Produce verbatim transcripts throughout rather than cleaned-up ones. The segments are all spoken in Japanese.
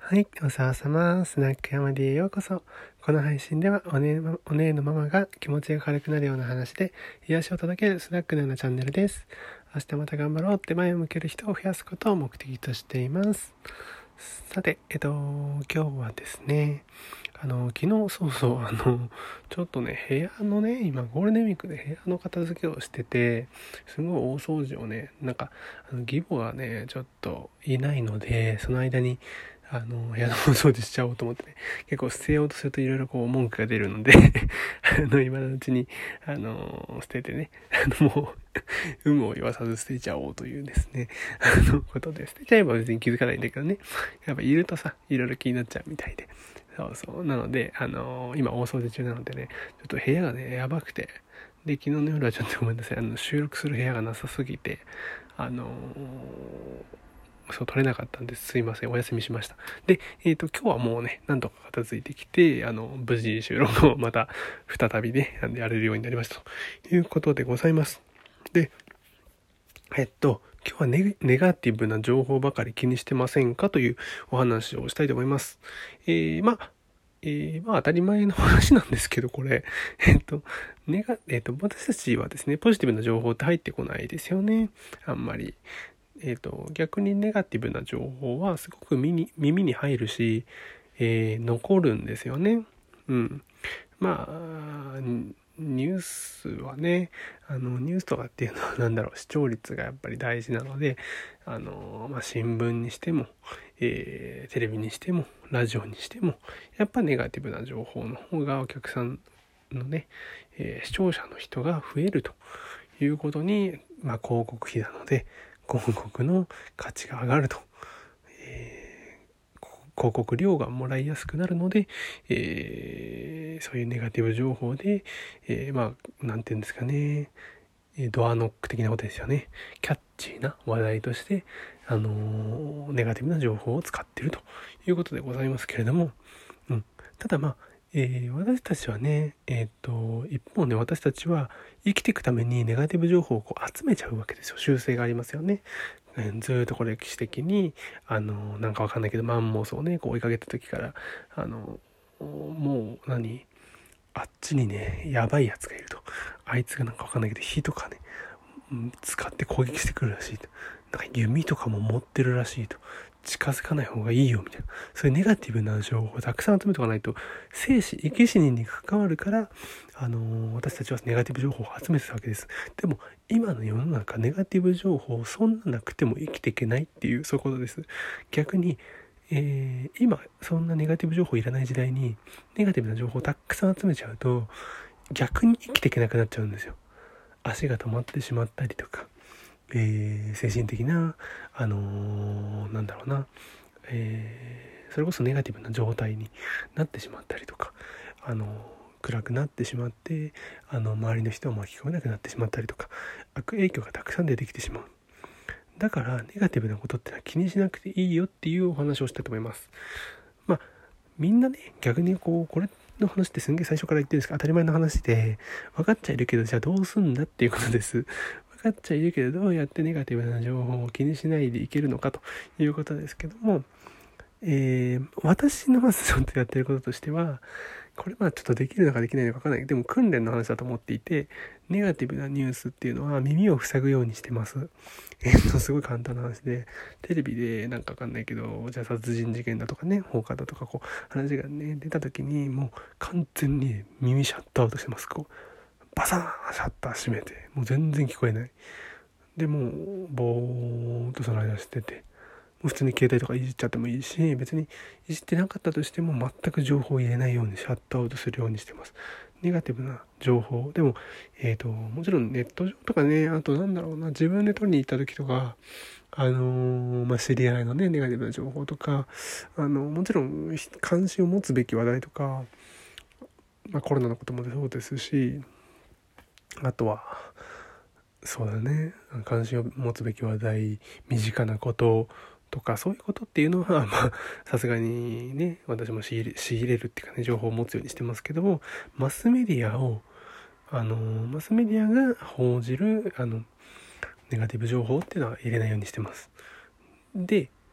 はい、おさわさま、スナック山 D へようこそ。この配信ではお姉の、お姉のママが気持ちが軽くなるような話で癒しを届けるスナックのようなチャンネルです。明日また頑張ろうって前を向ける人を増やすことを目的としています。さて、えっと、今日はですね、あの、昨日、そうそう、あの、ちょっとね、部屋のね、今、ゴールデンウィークで部屋の片付けをしてて、すごい大掃除をね、なんか、あの義母がね、ちょっといないので、その間に、あの、部屋の掃除しちゃおうと思ってね、結構捨てようとするといろいろこう文句が出るのであの、今のうちに、あの、捨ててね、あの、もう、有無を言わさず捨てちゃおうというですね、あの、ことで、捨てちゃえば別に気づかないんだけどね、やっぱいるとさ、いろいろ気になっちゃうみたいで、そうそう。なので、あのー、今大掃除中なのでね、ちょっと部屋がね、やばくて。で、昨日の夜はちょっとごめんなさい。あの、収録する部屋がなさすぎて、あのー、そう、撮れなかったんです。すいません。お休みしました。で、えっと、今日はもうね、なんとか片付いてきて、あの、無事収録をまた再びね、やれるようになりましたということでございます。で、えっと、今日は ネ, ネガティブな情報ばかり気にしてませんかというお話をしたいと思います。えー、まあ、えー、まあ当たり前の話なんですけど、これ。えっと、ネガ、えっと、私たちはですね、ポジティブな情報って入ってこないですよね。あんまり。えっと、逆にネガティブな情報はすごく耳に、耳に入るし、えー、残るんですよね。うん。まあ、ニュースはね、あの、ニュースとかっていうのはなんだろう、視聴率がやっぱり大事なので、あの、まあ、新聞にしても、えー、テレビにしても、ラジオにしても、やっぱネガティブな情報の方がお客さんのね、えー、視聴者の人が増えるということに、まあ、広告費なので、広告の価値が上がると。えー広告料がもらいやすくなるので、えー、そういうネガティブ情報で、えー、まあ、なんていうんですかね、ドアノック的なことですよね。キャッチーな話題として、あのー、ネガティブな情報を使っているということでございますけれども、うん、ただまあ、えー、私たちはね、えっと、一方ね、私たちは生きていくためにネガティブ情報をこう集めちゃうわけですよ。習性がありますよね。ずーっとこれ歴史的に、あの、なんかわかんないけど、マンモスをね、こう追いかけた時から、あの、もう何、あっちにね、やばいやつがいると。あいつがなんかわかんないけど、火とかね、使って攻撃してくるらしいと。なんか弓とかも持ってるらしいと。近づかない方がいいよみたいな。そういうネガティブな情報をたくさん集めておかないと、生死、生き死にに関わるから、あのー、私たちはネガティブ情報を集めてたわけです。でも、今の世の中、ネガティブ情報、そんななくても生きていけないっていう、そういうことです。逆に、えー、今、そんなネガティブ情報いらない時代に、ネガティブな情報をたくさん集めちゃうと、逆に生きていけなくなっちゃうんですよ。足が止まってしまったりとか、えー、精神的な、あのー、なんだろうな、えー、それこそネガティブな状態になってしまったりとか、あのー、暗くなってしまって、あの、周りの人を巻き込めなくなってしまったりとか、悪影響がたくさん出てきてしまう。だから、ネガティブなことってのは気にしなくていいよっていうお話をしたいと思います。まあ、みんなね、逆にこう、これの話ってすんげえ最初から言ってるんですが、当たり前の話で、分かっちゃいるけど、じゃあどうすんだっていうことです。分かっちゃいるけど、どうやってネガティブな情報を気にしないでいけるのかということですけども、えー、私のまずちょっとやってることとしては、これまあちょっとできるのかできないのか分からない。でも訓練の話だと思っていて、ネガティブなニュースっていうのは耳を塞ぐようにしてます。えっと、すごい簡単な話で、テレビでなんか分かんないけど、じゃあ殺人事件だとかね、放火だとかこう、話がね、出た時にもう完全に耳シャットアウトしてます。こう、バサーンシャッター閉めて、もう全然聞こえない。でもう、ぼーっとその間してて、普通に携帯とかいじっちゃってもいいし、別にいじってなかったとしても全く情報を入れないようにシャットアウトするようにしてます。ネガティブな情報。でも、えっと、もちろんネット上とかね、あとなんだろうな、自分で取りに行った時とか、あのー、まあ、知り合いのね、ネガティブな情報とか、あの、もちろん関心を持つべき話題とか、まあ、コロナのこともそうですし、あとは、そうだね、関心を持つべき話題、身近なこととか、そういうことっていうのは、まあ、さすがにね、私も仕入れ、仕入れるっていうかね、情報を持つようにしてますけども、マスメディアを、あの、マスメディアが報じる、あの、ネガティブ情報っていうのは入れないようにしてます。で、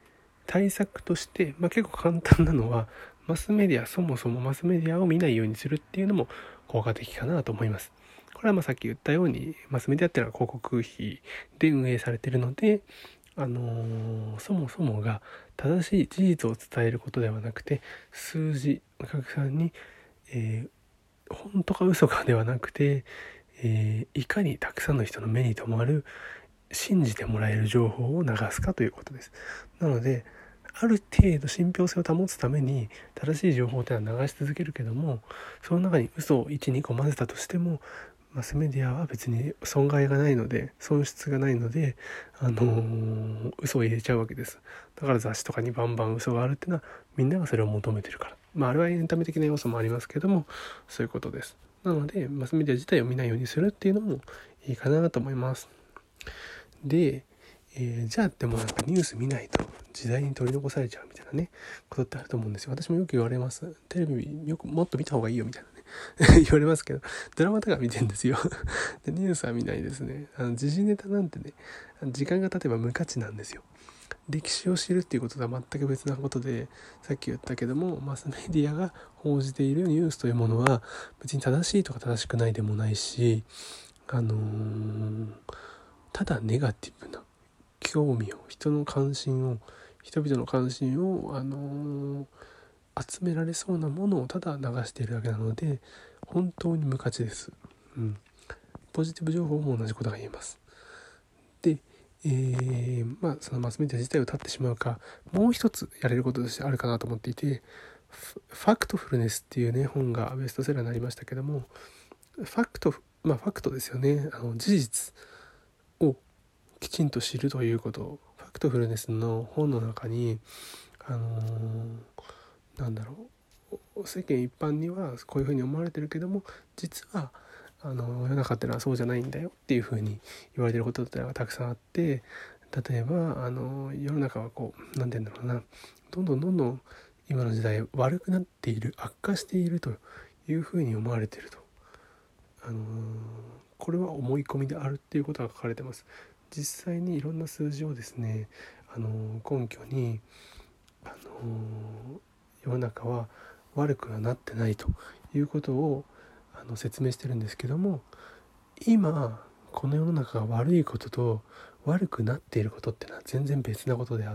対策として、まあ、結構簡単なのはマスメディアそもそもマスメディアを見ないようにするっていうのも効果的かなと思います。これはまあさっき言ったようにマスメディアっていうのは広告費で運営されているので、あのー、そもそもが正しい事実を伝えることではなくて、数字お客さんに、えー、本当か嘘かではなくて、えー、いかにたくさんの人の目に留まる信じてもらえる情報を流すかということです。なのである程度信憑性を保つために正しい情報というのは流し続けるけども、その中に嘘をいち、にこ混ぜたとしてもマスメディアは別に損害がないので損失がないので、あのー、嘘を入れちゃうわけです。だから雑誌とかにバンバン嘘があるっていうのはみんながそれを求めてるから、まああれはエンタメ的な要素もありますけども、そういうことです。なのでマスメディア自体を見ないようにするっていうのもいいかなと思います。で、えー、じゃあでもなんかニュース見ないと時代に取り残されちゃうみたいなねことってあると思うんですよ。私もよく言われます。テレビよくもっと見た方がいいよみたいなね言われますけど、ドラマとか見てんですよでニュースは見ないですね。あの時事ネタなんてね、時間が経てば無価値なんですよ。歴史を知るっていうこととは全く別なことで、さっき言ったけどもマスメディアが報じているニュースというものは別に正しいとか正しくないでもないし、あのー、ただネガティブな興味を人の関心を人々の関心を、あのー、集められそうなものをただ流しているだけなので本当に無価値です、うん、ポジティブ情報も同じことが言えます。で、えー、まあそのマスメディア自体を断ってしまうか、もう一つやれることとしてあるかなと思っていて、ファクトフルネスっていうね本がベストセラーになりましたけども、ファクトまあファクトですよね。あの事実をきちんと知るということ。ファクトフルネスの本の中にあのー、なんだろう世間一般にはこういうふうに思われてるけども、実はあの世の中ってのはそうじゃないんだよっていうふうに言われてることってのがたくさんあって、例えばあの世の中はこうなんて言うんだろうな、どんどんどんどん今の時代悪くなっている、悪化しているというふうに思われていると、あのー、これは思い込みであるっていうことが書かれてます。実際にいろんな数字をですね、あのー、根拠に、あのー、世の中は悪くはなってないということをあの説明してるんですけども、今この世の中が悪いことと悪くなっていることってのは全然別なことであって、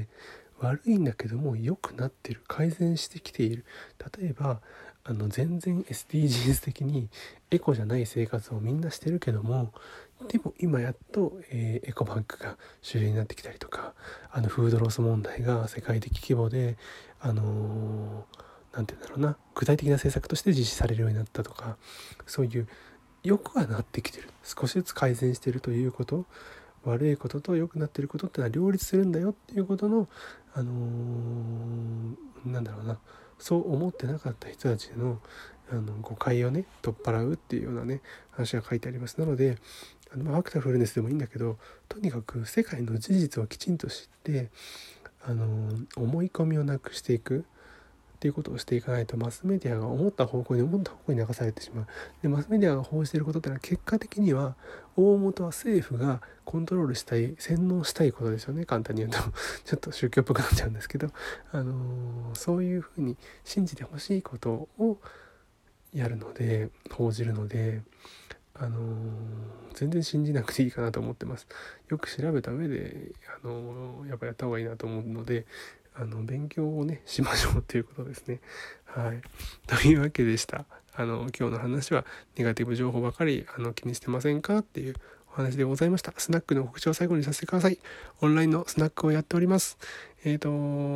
悪いんだけども良くなっている、改善してきている。例えばあの全然 エスディージーズ 的にエコじゃない生活をみんなしてるけども、でも今やっと、えー、エコバッグが主流になってきたりとか、あのフードロス問題が世界的規模であのー、なんて言うんだろうな、具体的な政策として実施されるようになったとか、そういう良くはなってきてる、少しずつ改善しているということ、悪いことと良くなっていることってのは両立するんだよっていうことの、あのー、なんだろうな、そう思ってなかった人たちの、あの誤解をね取っ払うっていうようなね話が書いてあります。なのであの、まあ、ファクターフルネスでもいいんだけど、とにかく世界の事実をきちんと知って、あのー、思い込みをなくしていくっていうことをしていかないと、マスメディアが思った方向に思った方向に流されてしまう。でマスメディアが報じていることってのは結果的には大元は政府がコントロールしたい、洗脳したいことですよね。簡単に言うとちょっと宗教っぽくなっちゃうんですけど、あのー、そういうふうに信じてほしいことをやるので、報じるので、あのー、全然信じなくていいかなと思ってます。よく調べた上で、あのー、やっぱやった方がいいなと思うので、あの勉強をねしましょうということですね。はい。というわけでした。あの今日の話はネガティブ情報ばかりあの気にしてませんかっていうお話でございました。スナックの告知を最後にさせてください。オンラインのスナックをやっております。えっと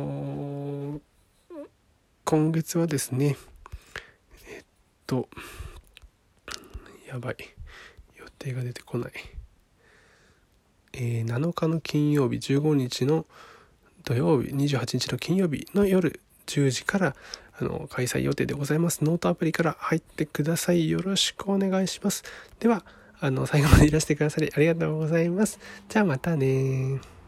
今月はですね、えっとやばい予定が出てこない。えー、なのかの金曜日、じゅうごにちの土曜日、にじゅうはちにちの金曜日の夜じゅうじからあの開催予定でございます。ノートアプリから入ってください。よろしくお願いします。ではあの最後までいらしてくださりありがとうございます。じゃあまたね。